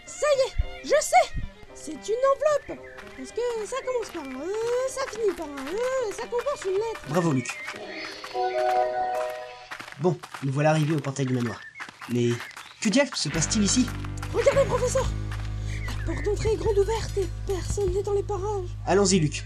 Ça y est, je sais. C'est une enveloppe. Parce que ça commence par un E, ça finit par un E, et ça comporte une lettre. Bravo, Luc. Bon, nous voilà arrivés au portail du manoir. Mais que diable se passe-t-il ici? Regardez, professeur. La porte d'entrée est grande ouverte et personne n'est dans les parages. Allons-y, Luc.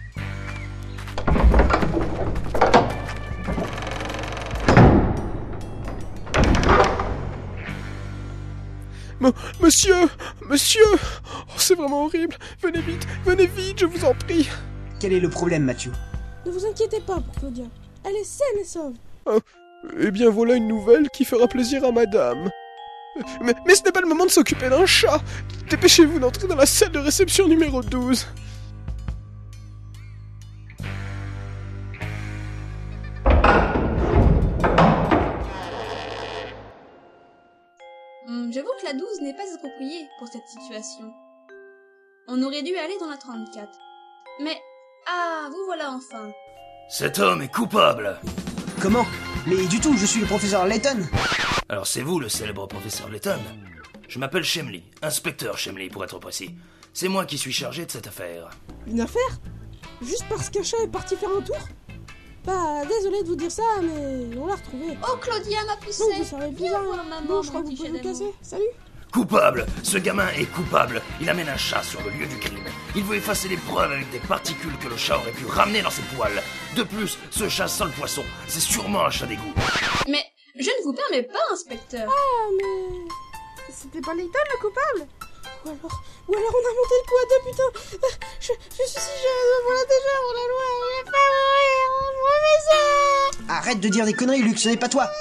Monsieur oh, c'est vraiment horrible. Venez vite, je vous en prie. Quel est le problème, Mathieu? Ne vous inquiétez pas pour Claudia. Elle est saine et sauve. Eh bien, voilà une nouvelle qui fera plaisir à madame. Mais ce n'est pas le moment de s'occuper d'un chat. Dépêchez-vous d'entrer dans la salle de réception numéro 12. J'avoue que la 12 n'est pas appropriée pour cette situation. On aurait dû aller dans la 34. Mais... Ah, vous voilà enfin. Cet homme est coupable. Comment? Mais du tout, je suis le professeur Layton. Alors c'est vous le célèbre professeur Layton? Je m'appelle Chemley, inspecteur Chemley pour être précis. C'est moi qui suis chargé de cette affaire. Une affaire? Juste parce qu'un chat est parti faire un tour? Bah, désolé de vous dire ça, mais on l'a retrouvé. Oh, Claudia m'a poussé. Donc vous savez bien. voir maman, Bon, je crois que mon vous petit pouvez vous chat d'amour. casser. Salut. Coupable! Ce gamin est coupable. Il amène un chat sur le lieu du crime. Il veut effacer les preuves avec des particules que le chat aurait pu ramener dans ses poils. De plus, ce chat sent le poisson. C'est sûrement un chat d'égout. Mais je ne vous permets pas, inspecteur. Ah, mais... C'était pas Layton le coupable? Ou alors on a monté le coup à deux, putain. Je suis si jeune, voilà déjà, oh la loi, je vais pas mourir, professeur. Arrête de dire des conneries, Luc, ce n'est pas toi.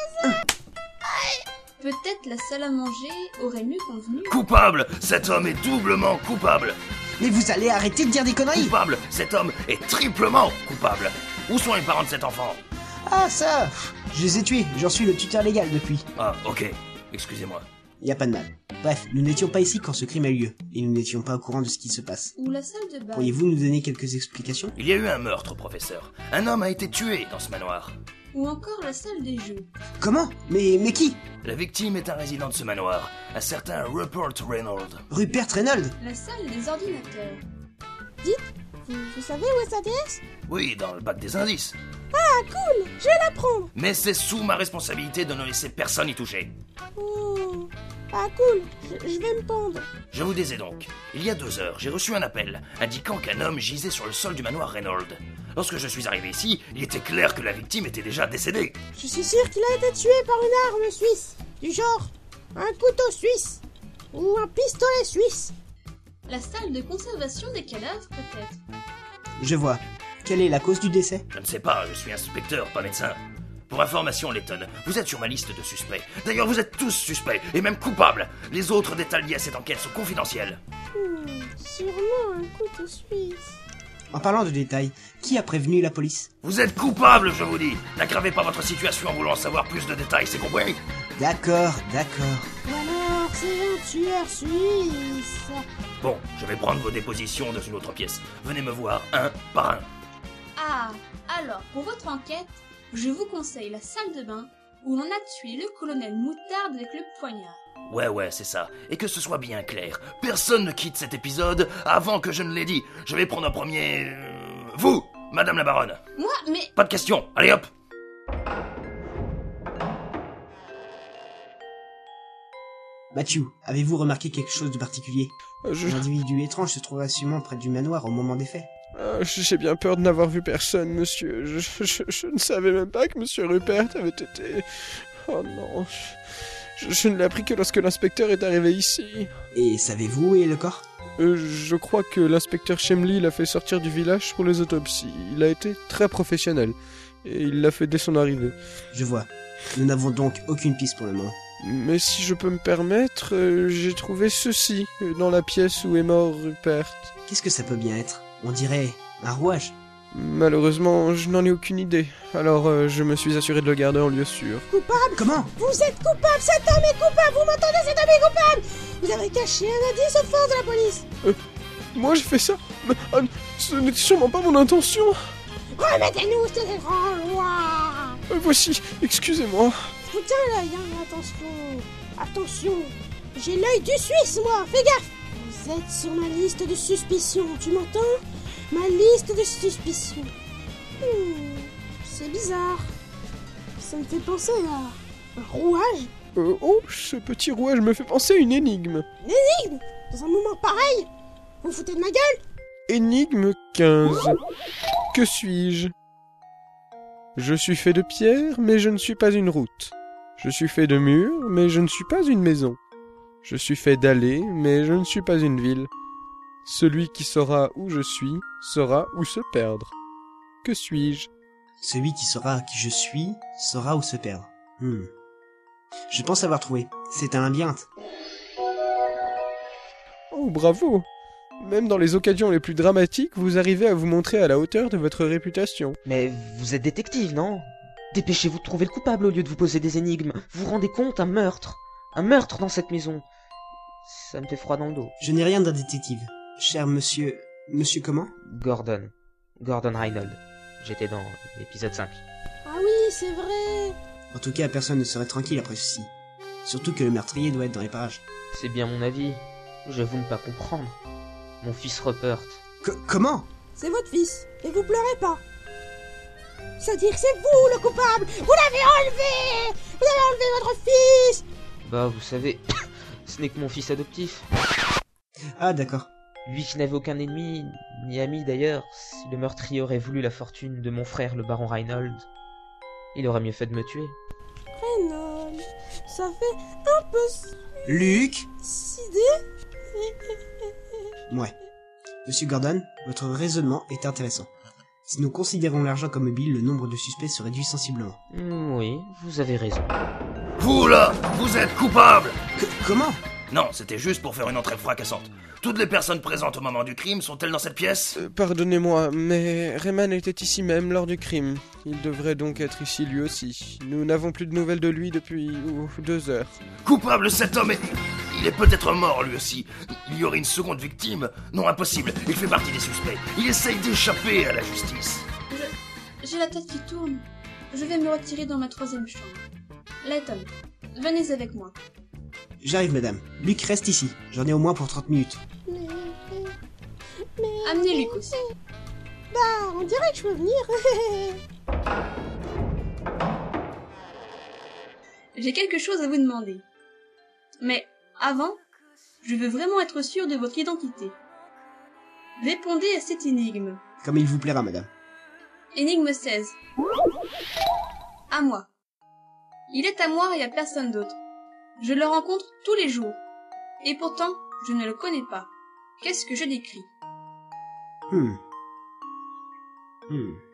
Peut-être la salle à manger aurait mieux convenu. Coupable! Cet homme est doublement coupable. Mais vous allez arrêter de dire des conneries. Coupable! Cet homme est triplement coupable. Où sont les parents de cet enfant? Ah, ça, je les ai tués, j'en suis le tuteur légal depuis. Ah, ok. Excusez-moi. Y a pas de mal. Bref, nous n'étions pas ici quand ce crime a eu lieu, et nous n'étions pas au courant de ce qui se passe. Ou la salle de bain. Pourriez-vous nous donner quelques explications? Il y a eu un meurtre, professeur. Un homme a été tué dans ce manoir. Ou encore la salle des jeux. Comment? Mais qui? La victime est un résident de ce manoir, un certain Rupert Reynolds. Rupert Reynolds? La salle des ordinateurs. Vous savez où est sa déesse? Oui, dans le bac des indices. Ah, cool, je vais la prendre. Mais c'est sous ma responsabilité de ne laisser personne y toucher. Oh, ah cool, je vais me pendre. Je vous disais donc, il y a 2 heures, j'ai reçu un appel indiquant qu'un homme gisait sur le sol du manoir Reynolds. Lorsque je suis arrivé ici, il était clair que la victime était déjà décédée. Je suis sûr qu'il a été tué par une arme suisse. Du genre, un couteau suisse. Ou un pistolet suisse. La salle de conservation des cadavres, peut-être. Je vois. Quelle est la cause du décès? Je ne sais pas, je suis inspecteur, pas médecin. Pour information, Layton, vous êtes sur ma liste de suspects. D'ailleurs, vous êtes tous suspects, et même coupables. Les autres détails liés à cette enquête sont confidentiels. Sûrement un couteau suisse. En parlant de détails, qui a prévenu la police? Vous êtes coupables, je vous dis. N'aggravez pas votre situation en voulant savoir plus de détails, c'est compris? D'accord. Ou alors, c'est un tueur suisse. Bon, je vais prendre vos dépositions dans une autre pièce. Venez me voir un par un. Ah, alors, pour votre enquête, je vous conseille la salle de bain où l'on a tué le colonel Moutarde avec le poignard. Ouais, c'est ça. Et que ce soit bien clair, personne ne quitte cet épisode avant que je ne l'ai dit. Je vais prendre en premier... vous, Madame la Baronne. Moi, mais... Pas de questions, allez hop. Mathieu, avez-vous remarqué quelque chose de particulier? Je... Un individu étrange se trouve sûrement près du manoir au moment des faits. J'ai bien peur de n'avoir vu personne, monsieur. Je ne savais même pas que monsieur Rupert avait été... Oh non... Je ne l'ai appris que lorsque l'inspecteur est arrivé ici. Et savez-vous où est le corps? Je crois que l'inspecteur Chemley l'a fait sortir du village pour les autopsies. Il a été très professionnel. Et il l'a fait dès son arrivée. Je vois. Nous n'avons donc aucune piste pour le moment. Mais si je peux me permettre, j'ai trouvé ceci dans la pièce où est mort Rupert. Qu'est-ce que ça peut bien être? On dirait un rouage. Malheureusement, je n'en ai aucune idée. Alors, je me suis assuré de le garder en lieu sûr. Coupable? Comment? Vous êtes coupable, cet homme est coupable, vous m'entendez, cet homme est coupable. Vous avez caché un indice aux forces de la police. Moi j'ai fait ça? Mais, ce n'était sûrement pas mon intention. Remettez-nous cette grande loi. Voici, excusez-moi. Je vous tiens l'œil, hein, attention. Attention, j'ai l'œil du Suisse, moi, fais gaffe. Vous êtes sur ma liste de suspicion, tu m'entends? Ma liste de suspicion. C'est bizarre. Ça me fait penser à un rouage. Oh, ce petit rouage me fait penser à une énigme. Dans un moment pareil? Vous foutez de ma gueule? Énigme 15. Que suis-je? Je suis fait de pierre, mais je ne suis pas une route. Je suis fait de murs, mais je ne suis pas une maison. Je suis fait d'allées, mais je ne suis pas une ville. Celui qui saura où je suis, saura où se perdre. Que suis-je? Celui qui saura qui je suis saura où se perdre. Je pense avoir trouvé. C'est un labyrinthe. Oh, bravo! Même dans les occasions les plus dramatiques, vous arrivez à vous montrer à la hauteur de votre réputation. Mais vous êtes détective, non? Dépêchez-vous de trouver le coupable au lieu de vous poser des énigmes. Vous vous rendez compte, un meurtre dans cette maison. Ça me fait froid dans le dos. Je n'ai rien d'un détective. Cher monsieur... Monsieur comment? Gordon Reynolds. J'étais dans l'épisode 5. Ah oui, c'est vrai. En tout cas, personne ne serait tranquille après ceci. Surtout que le meurtrier doit être dans les parages. C'est bien mon avis. J'avoue ne pas comprendre. Mon fils Rupert. Comment? C'est votre fils, et vous pleurez pas. C'est-à-dire que c'est vous le coupable. Vous l'avez enlevé. Vous avez enlevé votre fils. Bah, vous savez, ce n'est que mon fils adoptif. Ah, d'accord. Lui qui n'avait aucun ennemi, ni ami d'ailleurs, si le meurtrier aurait voulu la fortune de mon frère le baron Reynolds, il aurait mieux fait de me tuer. Reynolds, ça fait un peu Luc? suicidé. Ouais. Monsieur Gordon, votre raisonnement est intéressant. Si nous considérons l'argent comme mobile, le nombre de suspects se réduit sensiblement. Oui, vous avez raison. Vous là, vous êtes coupable! Comment? Non, c'était juste pour faire une entrée fracassante. Toutes les personnes présentes au moment du crime sont-elles dans cette pièce? Pardonnez-moi, mais Rayman était ici même lors du crime. Il devrait donc être ici lui aussi. Nous n'avons plus de nouvelles de lui depuis 2 heures. Coupable, cet homme est... Il est peut-être mort lui aussi. Il y aurait une seconde victime? Non, impossible. Il fait partie des suspects. Il essaye d'échapper à la justice. J'ai la tête qui tourne. Je vais me retirer dans ma 3e chambre. Layton, venez avec moi. J'arrive, madame. Luc reste ici. J'en ai au moins pour 30 minutes. Amenez Luc aussi. Bah, on dirait que je peux venir. J'ai quelque chose à vous demander. Mais avant, je veux vraiment être sûr de votre identité. Répondez à cette énigme. Comme il vous plaira, madame. Énigme 16. À moi. Il est à moi et à personne d'autre. Je le rencontre tous les jours. Et pourtant, je ne le connais pas. Qu'est-ce que je décris?